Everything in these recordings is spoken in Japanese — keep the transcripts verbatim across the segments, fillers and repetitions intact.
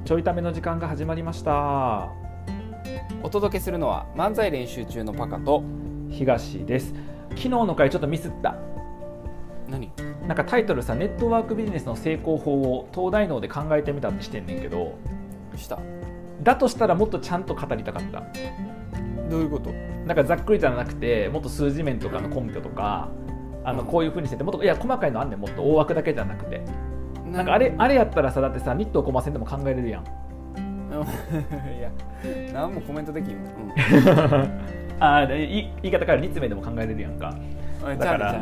ちょいための時間が始まりました。 お届けするのは漫才練習中のパカと東です。昨日の回ちょっとミスった。 何？ なんかタイトルさ、ネットワークビジネスの成功法を東大脳で考えてみたってしてんねんけど、 しただとしたらもっとちゃんと語りたかった。 どういうこと？ なんかざっくりじゃなくて、もっと数字面とかの根拠とか、あのこういう風にしてて、もっといや細かいのあんねん、もっと大枠だけじゃなくて、なんかあれあれやったらさ、だってさ、ニットをコマ線でも考えれるやん。 いや、何もコメントできんよ、 うん、あ言い言い方から立命でも考えれるやんか。 だから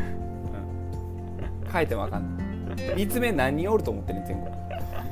書いてもあかん。立命何人おると思ってんねん全国。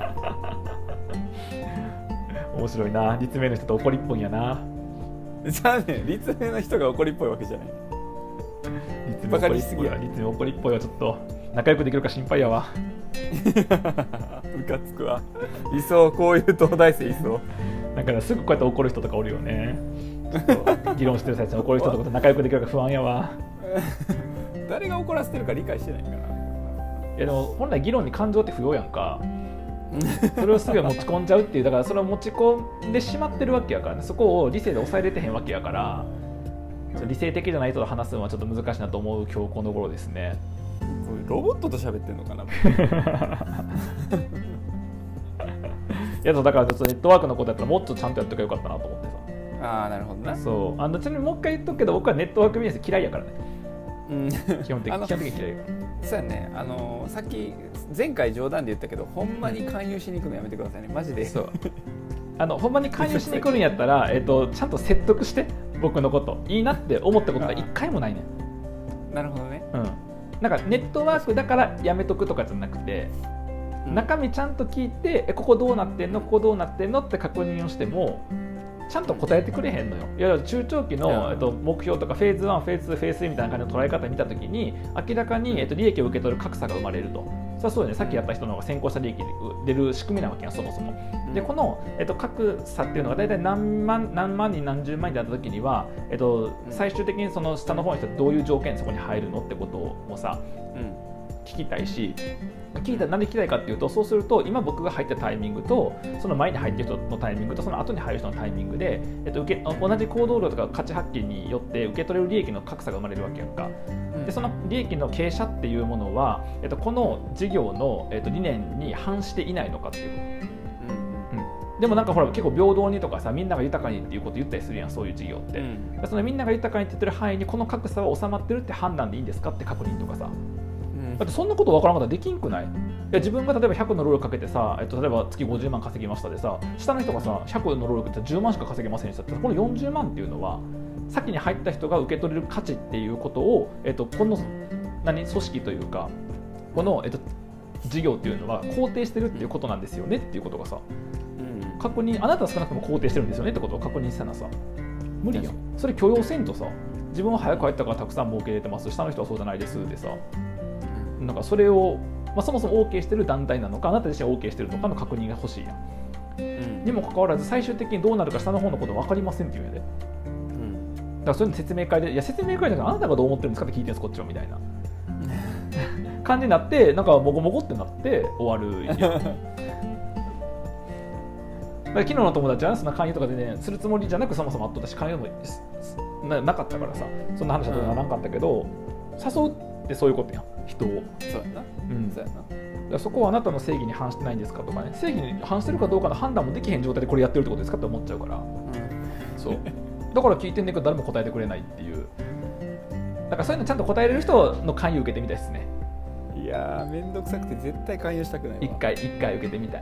面白いな、立命の人と怒りっぽいんやな。 じゃあね、立命の人が怒りっぽいわけじゃない。 バカにしすぎや。立命怒りっぽいはちょっと仲良くできるか心配やわ。 ムカつくわ。いそう、こういう東大生いそう。 だからすぐこうやって怒る人とかおるよね。議論してる最中に怒る人とかと仲良くできるか不安やわ。 誰が怒らせてるか理解してないから。いやでも本来議論に感情って不要やんか。それをすぐ持ち込んじゃうっていう、だからそれを持ち込んでしまってるわけやから、ね、そこを理性で抑えれてへんわけやから、理性的じゃない人と話すのはちょっと難しいなと思う今日この頃ですね。 これロボットと喋ってんのかな。 いやだからネットワークのことやったらもっとちゃんとやっとけばよかったなと思ってさ。 ああ、なるほどな。 そうあのちなみにもう一回言っとくけど、僕はネットワークビジネス嫌いやからね。うん、基本的に基本的に嫌いやから。 そうやね、あのー、さっき前回冗談で言ったけど、ほんまに勧誘しに行くのやめてくださいね、マジで。 そうあのほんまに勧誘しに来るんやったら、えっと、ちゃんと説得して僕のこといいなって思ったことが一回もないねん。 なるほどね。 うん、なんかネットワークだからやめとくとかじゃなくて、うん、中身ちゃんと聞いて、えここどうなってんのここどうなってんのって確認をしてもちゃんと答えてくれへんのよ。いや中長期の、えっと、目標とかフェーズワン、フェーズツー、フェーズスリーみたいな感じの捉え方を見たときに明らかに、えっと、利益を受け取る格差が生まれると。それはそうよね、さっきやった人の方が先行した利益で出る仕組みなわけやそもそも。でこの、えっと、格差っていうのが大体何万何万人何十万人だったときには、えっと、最終的にその下の方の人はどういう条件でそこに入るのってことをさ、うん、聞きたいし、聞いたなんで聞きたいかっていうと、そうすると今僕が入ったタイミングとその前に入ってる人のタイミングとその後に入る人のタイミングで、えっと、受け同じ行動量とか価値発揮によって受け取れる利益の格差が生まれるわけやんか。でその利益の傾斜っていうものは、えっと、この事業の、えっと、理念に反していないのかっていうこと、うんうん、でもなんかほら結構平等にとかさ、みんなが豊かにっていうこと言ったりするやん、そういう事業って、うん、そのみんなが豊かにって言ってる範囲にこの格差は収まってるって判断でいいんですかって確認とかさ、だってそんなこと分からんかったらできんくない？いや自分が例えばひゃくの労力かけてさ、えっと、例えば月ごじゅうまん稼ぎましたでさ、下の人がさひゃくの労力ってじゅうまんしか稼げませんでしたって、このよんじゅうまんっていうのは先に入った人が受け取れる価値っていうことを、えっと、この何組織というかこの、えっと、事業っていうのは肯定してるっていうことなんですよねっていうことがさ、うん、確認、あなたは少なくとも肯定してるんですよねってことを確認したらさ、無理やん。それ許容せんとさ、自分は早く入ったからたくさん儲けれてます、下の人はそうじゃないですでさ、なんかそれを、まあ、そもそも OK してる団体なのか、あなた自身は OK してるのかの確認が欲しいやん、うん、にもかかわらず最終的にどうなるか下の方のこと分かりませんっていうんやで、うん、だからそういうの説明会で、いや説明会だからあなたがどう思ってるんですかって聞いてるんですこっちはみたいな感じになって、なんかもごもごってなって終わるやん昨日の友達はそんな勧誘とかでねするつもりじゃなくそもそもあっとったし、勧誘も な, なかったからさ、そんな話はならんかったけど、うん、誘うってそういうことやん、人を。 そうやな、うん、そうやな。だからそこはあなたの正義に反してないんですかとかね、正義に反してるかどうかの判断もできへん状態でこれやってるってことですかって思っちゃうから、うん、そうだから聞いてんねんけど誰も答えてくれないっていう。だからそういうのちゃんと答えれる人の勧誘受けてみたいですね。 いやーめんどくさくて絶対勧誘したくないわ。 一回一回受けてみたい。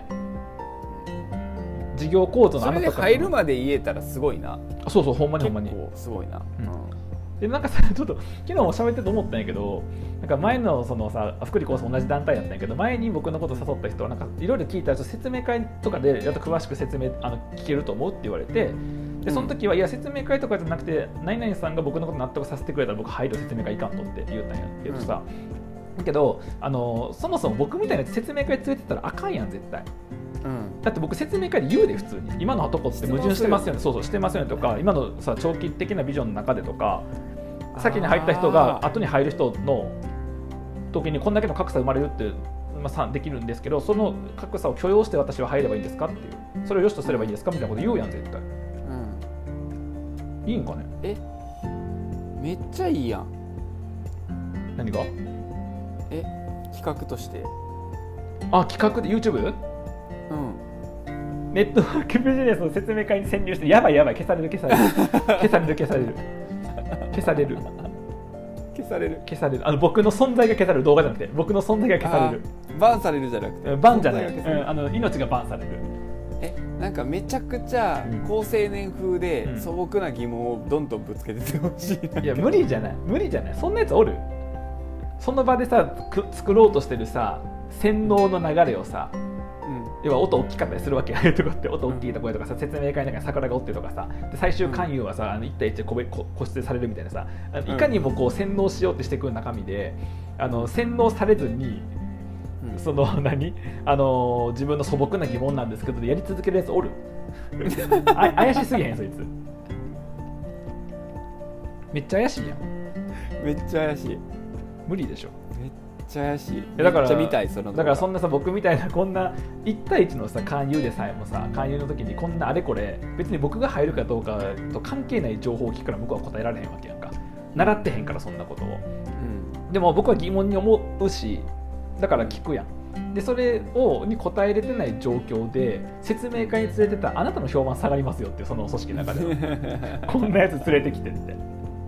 事業構造のあなたそれで入るまで言えたらすごいな。 そうそう、ほんまにほんまに結構すごいな、 うん、でなんかさちょっと昨日も喋ってて思ったんやけど、なんか前のそのさ福利厚生同じ団体やったんやけど、前に僕のこと誘った人はなんかいろいろ聞いたら説明会とかでやっと詳しく説明あの聞けると思うって言われて、でその時はいや説明会とかじゃなくて何々さんが僕のこと納得させてくれたら僕入る説明会行かんとって言ったんやけどさ、うん、だけどあのそもそも僕みたいな説明会連れてったらあかんやん絶対。うん、だって僕説明会で言うで普通に今のとこって矛盾してますよね、そうそうしてますよねとか、今のさ長期的なビジョンの中でとか、先に入った人が後に入る人の時にこんだけの格差生まれるってまあ、さできるんですけど、その格差を許容して私は入ればいいんですかっていう、それを良しとすればいいんですかみたいなこと言うやん絶対。 うん、 いいんかね。 えめっちゃいいやん。 何が？ え企画として。 あ、企画で YouTube？ うん、 ネットワークビジネスの説明会に潜入して、やばいやばい、消される消される消される消される消される消される消される。あの僕の存在が消される、動画じゃなくて僕の存在が消される。 バンされるじゃなくてバンじゃない、 存在が消される、 うん、あの命がバンされる。 えなんかめちゃくちゃ高青年風でうん素朴な疑問をどんどんぶつけてってほしいな。 いや無理じゃない無理じゃない、そんなやつおる？その場でさく作ろうとしてるさ洗脳の流れをさ、要は音大きかったりするわけや、ああいうとこって音大きいところとかさ、説明会の中に桜がおってとかさ、で最終勧誘はさ、あのいち対いちで個別個室されるみたいなさ、あのいかにもこう洗脳しようとしてくる中身で、あの洗脳されずに、 うん、 その何あの自分の素朴な疑問なんですけどやり続けるやつおる？あ怪しすぎへんそいつ。めっちゃ怪しいやん。 めっちゃ怪しい。 無理でしょ。 めっちゃ怪しい。 だからめっちゃ見たいその動画。 だからそんなさ僕みたいなこんないち対いちのさ勧誘でさえもさ、勧誘の時にこんなあれこれ別に僕が入るかどうかと関係ない情報を聞くから向こうは答えられへんわけやんか。習ってへんからそんなことを。 うん、 でも僕は疑問に思うし、だから聞くやん。でそれをに答えれてない状況で説明会に連れてたらあなたの評判下がりますよっていう、その組織の中ではこんなやつ連れてきてって。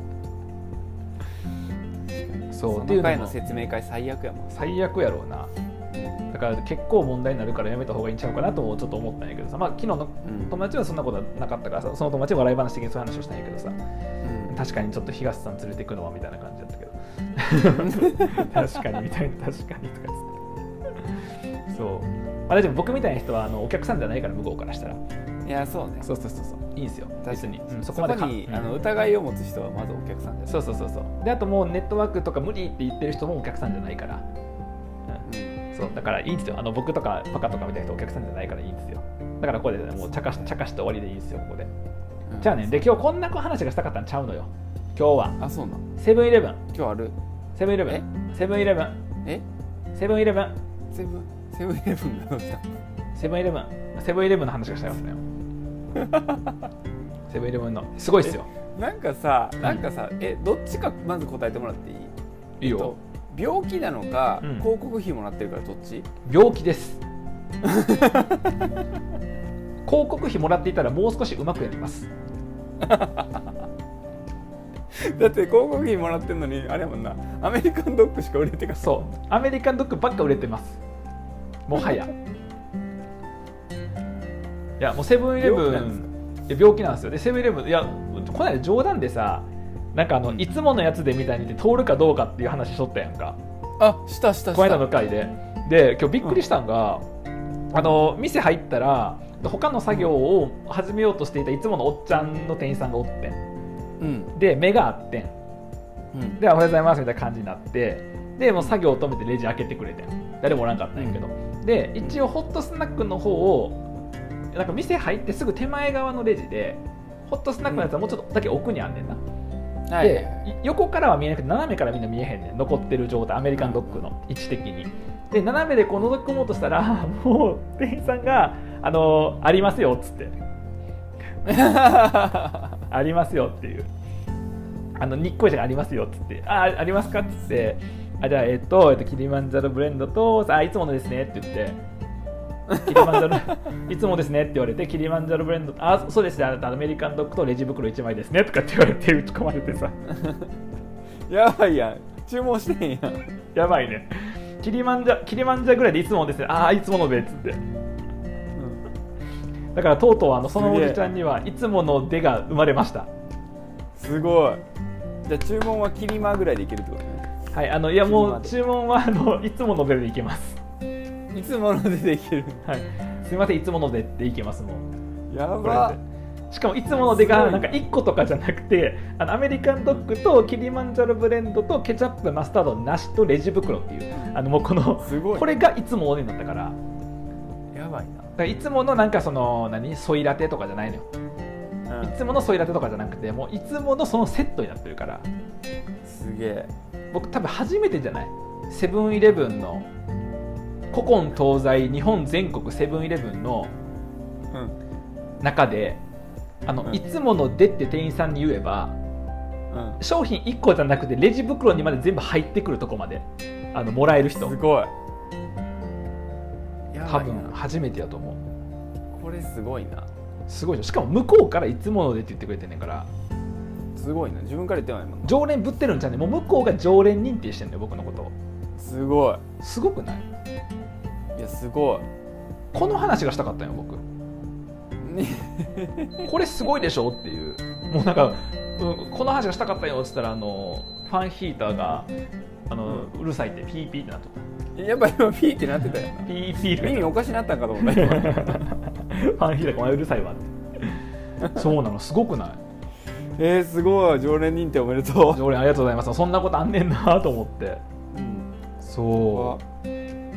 そうその回の説明会最悪やもん。 最悪やろうな。だから結構問題になるからやめた方がいいんちゃうかなともちょっと思ったんやけどさ、まあ、昨日の友達はそんなことはなかったからさ、その友達は笑い話的にそういう話をしたんやけどさ、うん、確かにちょっと東さん連れてくのはみたいな感じだったけど確かにみたいな、確かにとかつってそう、まあ、大丈夫、僕みたいな人はあのお客さんじゃないから向こうからしたら。 いやそうね。 そうそうそうそう、いいんですよ別に、うん、 そそこまでかこに、 うん、 あの疑いを持つ人はまずお客さんじゃない。 そうそうそうそう。であともうネットワークとか無理って言ってる人もお客さんじゃないから、うん、そうだからいいんですよ。あの僕とかパカとかみたいな人お客さんじゃないからいいんですよ。だからここで、ね、もう茶化し茶化して終わりでいいんですよここで、うん、じゃあね、で今日こんな話がしたかったんちゃうのよ今日は。 あ、そうなん。 セブンイレブン今日ある。 セブンイレブンセブンイレブンえセブンイレブンセブンセブンイレブンがどうした？ セブンイレブンセブンイレブンの話がしたかったのよセブンイレブンのすごいっすよ。 なんかさ、なんかさ、えどっちかまず答えてもらっていい？ いいよ。 病気なのか、 うん、 広告費もらってるからどっち？ 病気です広告費もらっていたらもう少しうまくやりますだって広告費もらってんのにあれやもんな、アメリカンドッグしか売れてない。 そうアメリカンドッグばっか売れてますもはやいやもうセブンイレブン病気なんですよ。でセブンイレブンいやこの間冗談でさ、なんかあの、うん、いつものやつでみたいに通るかどうかっていう話しとったやんか。 あ、したしたしたこの間の回でで今日びっくりしたんが、うん、あの店入ったら他の作業を始めようとしていたいつものおっちゃんの店員さんがおってん、うん、で目があってん、うん、でおはようございますみたいな感じになって、でもう作業を止めてレジ開けてくれてん、誰もおらんかったんやけど、うん、で一応ホットスナックの方をなんか店入ってすぐ手前側のレジでホットスナックのやつはもうちょっとだけ奥にあんねんな、うん、で、はいはいはい、横からは見えなくて斜めからみんな見えへんねん、残ってる状態、アメリカンドッグの位置的に。で斜めでこう覗き込もうとしたらもう店員さんがあのありますよっつってありますよっていう、あの日光市がありますよっつって、あありますかっつって、あじゃあえっと、えっと、キリマンジャロブレンドとあいつものですねって言ってキリマンジャロいつもですねって言われて、キリマンジャロブレンドあそうですね、あなたアメリカンドッグとレジ袋いちまいですねとかって言われて打ち込まれてさやばいやん、注文してへんやんやばいね、キリマンジャキリマンジャぐらいでいつもですね、ああいつものでっつって、うん、だからとうとうあのそのおじちゃんにはいつものでが生まれました。 すごい。じゃあ注文はキリマぐらいでいけるってことね。 はい、あのいやもう注文はあのいつものででいけます。 いつものでできる。 はい。すみません、いつものでっていけますもん。 やば。 しかもいつものでがなんかいっことかじゃなくて、あのアメリカンドッグとキリマンジャロブレンドとケチャップマスタードなしとレジ袋っていう、あのもうこのこれがいつものになったから。 やばいな。だからいつものなんかその何ソイラテとかじゃないのよ。うん、いつものソイラテとかじゃなくて、もういつものそのセットになってるから。 すげえ。 僕多分初めてじゃない。セブンイレブンの古今東西日本全国セブンイレブンの中で、あの、うん、いつものでって店員さんに言えば、うん、商品いっこじゃなくてレジ袋にまで全部入ってくるとこまであのもらえる人、 すごい、 多分初めてやと思う。 これすごいな。 すごい。しかも向こうからいつものでって言ってくれてんねんから、 すごいな。自分から言ってないもんな。 常連ぶってるんじゃんね。もう向こうが常連認定してんのよ、僕のことを。 すごい。 すごくない？ いや、すごい。 この話がしたかったよ、僕。これすごいでしょっていう。もうなんか、うん、この話がしたかったよって言ったら、あのファンヒーターがあの、うん、うるさいってピーピーってなっとった。 やっぱ今ピーってなってたよな。 ピーピーって耳おかしなったんかと思った。ファンヒーターがお前うるさいわって。そうなの、すごくない？ えー、すごい。常連認定おめでとう。 常連ありがとうございます。そんなことあんねんなと思って。うん、そう。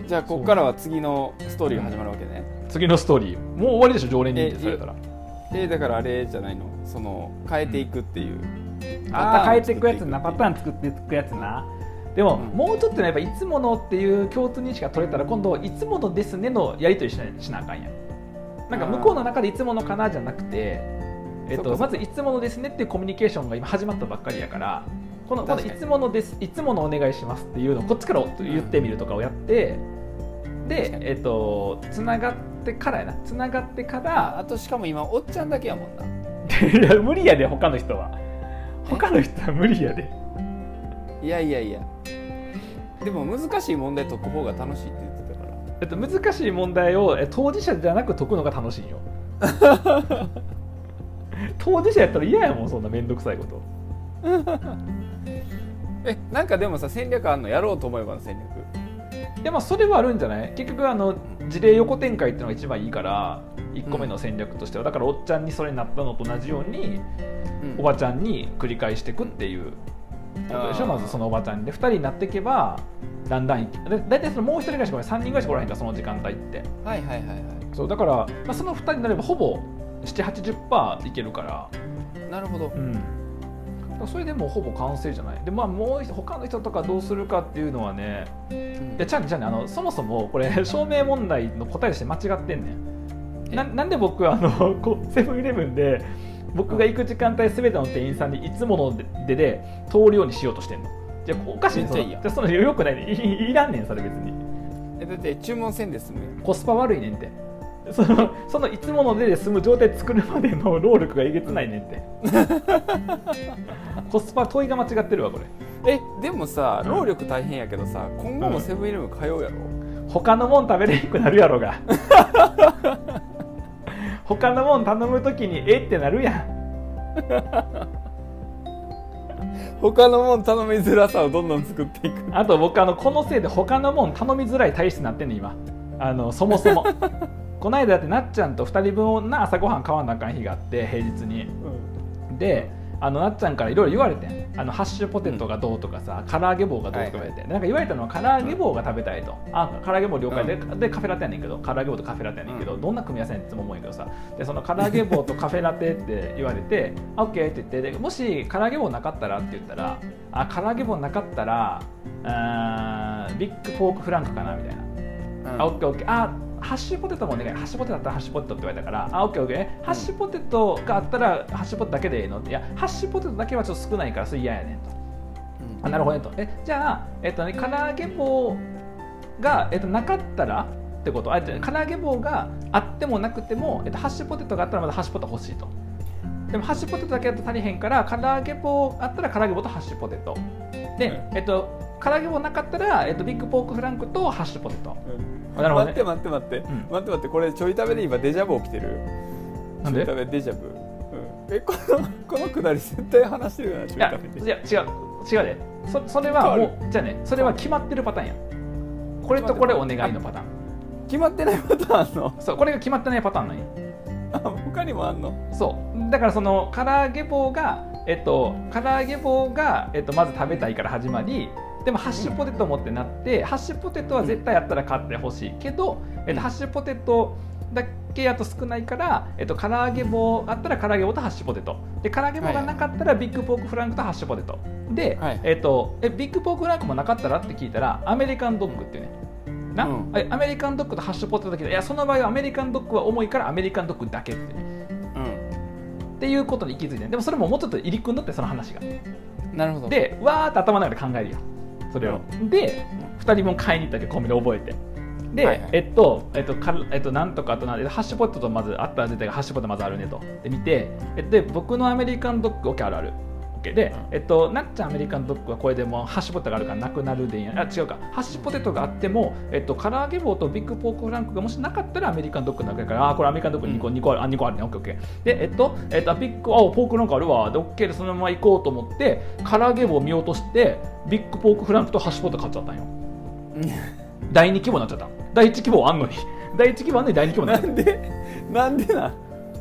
じゃあここからは次のストーリーが始まるわけね。 次のストーリーもう終わりでしょ、常連認定されたら。 えー、だからあれじゃないの、その変えていくっていう、 うん、ああ変えていくやつな、パターン作っていくやつな。でも、うん、もうちょっとね、やっぱいつものっていう共通認識が取れたら、今度いつものですねのやり取りしな、しなあかんやん。なんか向こうの中でいつものかなじゃなくて、えっと、まずいつものですねっていうコミュニケーションが今始まったばっかりやから、この、このいつものです、いつものお願いしますっていうのをこっちから言ってみるとかをやって、うん、で、えっと、つながってからやな、つながってから、 あとしかも今おっちゃんだけやもんな。 いや無理やで、他の人は。他の人は無理やで。 いやいやいや。でも難しい問題解く方が楽しいって言ってたから。 えっと難しい問題を当事者じゃなく解くのが楽しいよ。当事者やったら嫌やもん、そんな面倒くさいこと。 え、なんかでもさ、戦略あんの？やろうと思えばの戦略。 いや、まあそれはあるんじゃない？結局あの事例横展開っていうのが一番いいから、いっこめの戦略としては、だからおっちゃんにそれになったのと同じように、うん、おばちゃんに繰り返していくっていうことでしょ。まずそのおばちゃんでふたりになっていけばだんだんだいたいそのもうひとりぐらいしかさんにんぐらいしかおらへんから、その時間帯って。 はいはいはいはい。 そうだから、まあ、そのふたりになればほぼななじゅう、はちじゅっパーセント いけるから。 なるほど。うん。 それでもうほぼ完成じゃない。で、まあもう他の人とかどうするかっていうのはね、うん、いやちゃんちゃんね、あのそもそもこれ証明問題の答えとして間違ってんねん。な, なんで僕あのセブンイレブンで僕が行く時間帯すべての店員さんにいつものでで通るようにしようとしてんの。じゃあおかしいん。そのじゃあそのよくないね。 い, いらんねんそれ別に。 えだって注文せんで済む。 コスパ悪いねんって。そのそのいつものでで済む状態作るまでの労力がえげつないねんって。コスパ問いが間違ってるわこれ。えでもさ、労力大変やけどさ、今後もセブンイレブン通うやろ、うん、 他のもん食べれなくなるやろが。他のもん頼むときにえってなるやん。 他のもん頼みづらさをどんどん作っていく。 あと僕あのこのせいで他のもん頼みづらい体質になってんねん今。あのそもそもこの間だってなっちゃんとふたりぶんをな朝ごはん買わなあかん日があって平日に、うん、であのなっちゃんからいろいろ言われてん。あのハッシュポテトがどうとかさ、うん、唐揚げ棒がどうとか言われて、はいはい、なんか言われたのは唐揚げ棒が食べたいと、うん、あ唐揚げ棒了解で、うん、でカフェラテやねんけど、唐揚げ棒とカフェラテやねんけど、うん、どんな組み合わせやねんっていつも思うんやけどさ、でその唐揚げ棒とカフェラテって言われてオッケーって言って、でもし唐揚げ棒なかったらって言ったら、あ唐揚げ棒なかったらあビッグポークフランクかなみたいな、うん、あオッケーオッケー、あハッシュポテトもお願い、ハッシュポテトだったらハッシュポテトって言われたから、あオッケーオッケー、ハッシュポテトがあったらハッシュポテトだけでいいのって、いやハッシュポテトだけはちょっと少ないからそれ嫌やねんと、うん、あなるほどねと、えじゃあ、えっとね、唐揚げ棒が、えっと、なかったらってこと、あ唐揚げ棒があってもなくても、えっと、ハッシュポテトがあったらまだハッシュポテト欲しいと。でもハッシュポテトだけだと足りへんから、唐揚げ棒あったら唐揚げ棒とハッシュポテトで、うん、えっと唐揚げ棒なかったら、えっと、ビッグポークフランクとハッシュポテト、 うん、なるほどね、待って待って待って、うん、待って待って、これちょい食べで今デジャブ起きてる。 なんでちょい食べデジャブ、うん、えこのこのくだり絶対話してるよな。ちょい食べで。いや違う違うで、そ, それはもうじゃあね、それは決まってるパターンや。これとこれお願いのパターン。 決まってないパターンあんの？ そう、これが決まってないパターンなんや。 あ他にもあんの？ そうだからその唐揚げ棒がえっと唐揚げ棒がえっとまず食べたいから始まり、でもハッシュポテトもってなって、ハッシュポテトは絶対やったら買ってほしいけど、えっと、ハッシュポテトだけやと少ないから、えっと、唐揚げ棒あったら唐揚げ棒とハッシュポテトで、唐揚げ棒がなかったらビッグポークフランクとハッシュポテトで、はい、えっと、えビッグポークフランクもなかったらって聞いたらアメリカンドッグっていうね、 な、 うんえアメリカンドッグとハッシュポテトだけど、いやその場合はアメリカンドッグは重いからアメリカンドッグだけって、っていうことに気づいて、でもそれももうちょっと入り組んだってその話が。 うん、なるほど。 でわーって頭の中で考えるよそれを、 うでふたりぶん買いに行ったけどコンビニ覚えて、で、 はいはいえっとえっとかえっとなんとかとなんでハッシュポテトとまずあったら絶対ハッシュポテトまずあるねとで見て、えで僕のアメリカンドッグ OK あるある OK で、えっとなっちゃんアメリカンドッグはこれでもうハッシュポテトがあるからなくなるでいいや、あ違うか、ハッシュポテトがあってもえっと唐揚げ棒とビッグポークフランクがもしなかったらアメリカンドッグになるからあこれアメリカンドッグにこ、うん、にこあるあにこあるね OKOK でえっとえっとビッグあポークなんかあるわで OK でそのまま行こうと思って唐揚げ棒を見落としてビッグポークフランクとハッシュポテト買っちゃったんよだいに規模になっちゃった。だいいち規模あんのにだいいち規模あんのにだいに規模になっちゃった。 なんでなんでな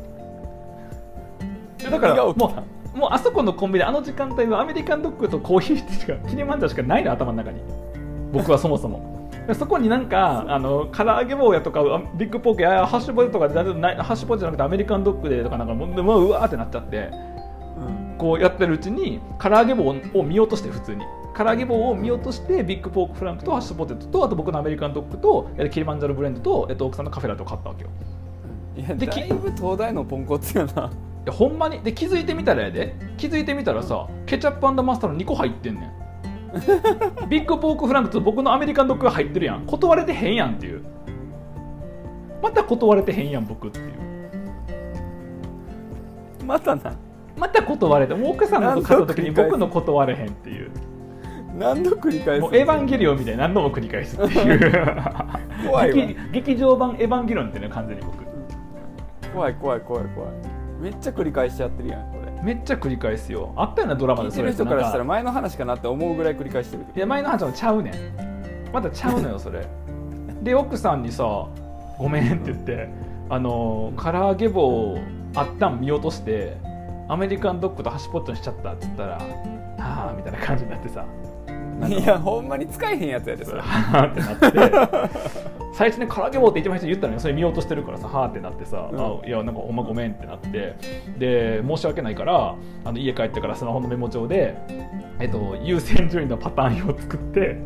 だからもうもうあそこのコンビニあの時間帯はアメリカンドッグとコーヒーしかキリマンジャロしかないの頭の中に僕はそもそもそこになんかあの唐揚げ棒やとかビッグポークやハッシュポテトとかじゃないハッシュポテトじゃなくてアメリカンドッグでとかなんかもうもううわーってなっちゃって、うん、こうやってるうちに唐揚げ棒を見落として普通に唐揚げ棒を見落としてビッグポークフランクとハッシュポテトとあと僕のアメリカンドッグとキリマンジャロブレンドと、えっと、奥さんのカフェラテを買ったわけよ。 いやでだいぶ東大のポンコツやな。 いやほんまにで気づいてみたらやで気づいてみたらさケチャップ&マスタードにこ入ってんねんビッグポークフランクと僕のアメリカンドッグが入ってるやん断れてへんやんっていうまた断れてへんやん僕っていうまたなまた断れてもう奥さんのこと買った時に僕の断れへんっていう何度繰り返すもうエヴァンゲリオンみたいに何度も繰り返すっていう怖いわ劇, 劇場版エヴァンゲリオンってね完全に僕怖い怖い怖い怖いめっちゃ繰り返しちゃってるやんこれめっちゃ繰り返すよあったよなドラマで聞いてる人からしたら前の話かなって思うぐらい繰り返してるいや前の話もちゃうねんまたちゃうのよそれで奥さんにさごめんって言ってあの唐揚げ棒あったん見落としてアメリカンドッグとハッシュポテトにしちゃったって言ったらはあみたいな感じになってさいやほんまに使えへんやつやでそれはあってなって最初に唐揚げ棒って一番最初に言ったのにそれ見落としてるからさはあってなってさ、うん、あいやなんかほんまごめんってなってで申し訳ないからあの家帰ってからスマホのメモ帳で、えっと、優先順位のパターン表を作って、うん、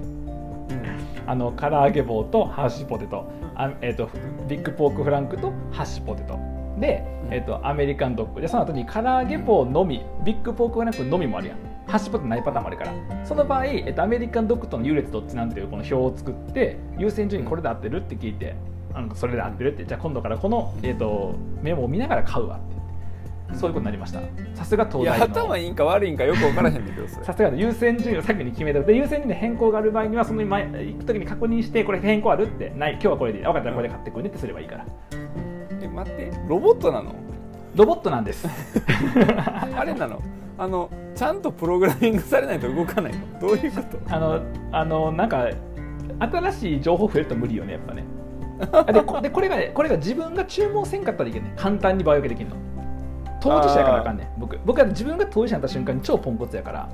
あの唐揚げ棒とハッシュポテト、あえっと、ビッグポークフランクとハッシュポテトで、えっと、アメリカンドッグでその後に唐揚げ棒のみビッグポークフランクのみもあるやんハッシュポテトないパターンもあるからその場合、えっと、アメリカンドッグとの優劣どっちなんていうこの表を作って優先順位これで合ってるって聞いてあのそれで合ってるってじゃあ今度からこの、えっと、メモを見ながら買うわってそういうことになりましたさすが東大のいや頭いいんか悪いんかよく分からへんねんけどさすが優先順位を先に決めたで優先順位で変更がある場合にはその前行く時に確認してこれ変更あるってない今日はこれでいい分かったらこれで買ってくるねってすればいいからえ待ってロボットなのロボットなんですあれなのあのちゃんとプログラミングされないと動かないのどういうことあのあのなんか新しい情報増えると無理よねやっぱねで こ, でこれが、ね、これが自分が注文せんかったらいけない、ね、簡単に場合分けできるの当事者やからあかんねん僕僕は自分が当事者になった瞬間に超ポンコツやから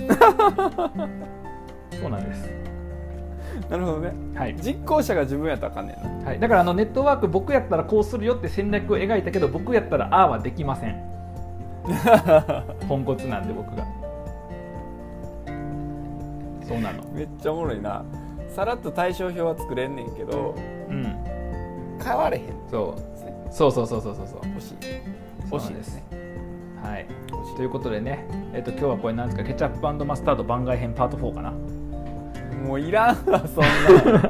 そうなんですなるほどね、はい、実行者が自分やったらあかんねんな、 はい、だからあのネットワーク僕やったらこうするよって戦略を描いたけど僕やったらああはできませんポンコツなんで僕がそうなのめっちゃおもろいなさらっと対象表は作れんねんけど、うん、変われへんそうそうそうそうそうそうそう欲しい欲しいですねはいということでね、えっと、今日はこれなんですかケチャップ&マスタード番外編パートフォーかなもういらんわそんな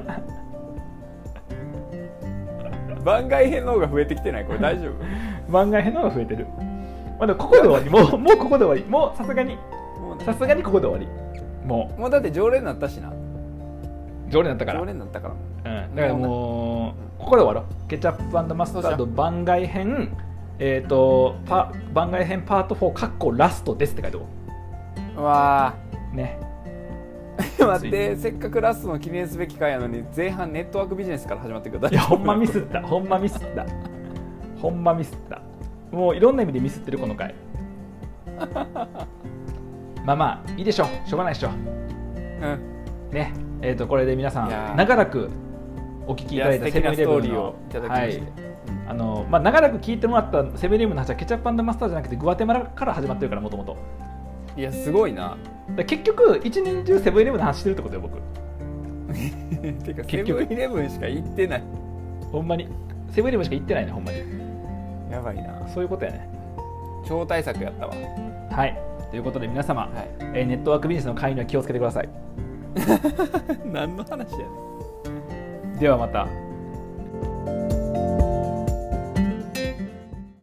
番外編の方が増えてきてないこれ大丈夫番外編の方が増えてるまだここで終わりもうもうここで終わりもうさすがにさすがにここで終わりもうもうだって常連になったしな常連になったから常連になったから、 うん、だからもうここで終わろうケチャップ&マスタード番外編えっとパ番外編パートフォーかっこラストですって書いておこうわーね待ってせっかくラストの記念すべき回やのに前半ネットワークビジネスから始まってくるいやほんまミスったほんまミスったほんまミスったもういろんな意味でミスってるこの回まあまあいいでしょうしょうがないでしょうんねえーとこれで皆さん長らくお聞きいただいたセブンイレブンのはいあのまあ長らく聞いてもらったセブンイレブンの話はケチャップ&マスターじゃなくてグアテマラから始まってるからもともといやすごいな結局一年中セブンイレブンの話してるってことよ僕てかセ結局ブンイレブンしか行ってない。 ほんまにセブンイレブンしか行ってないねほんまに。 やばいな。 そういうことやね。 超大作やったわ。 はいということで皆様、 はい、 えーネットワークビジネスの会員には気をつけてください。 何の話やねん。 ではまた。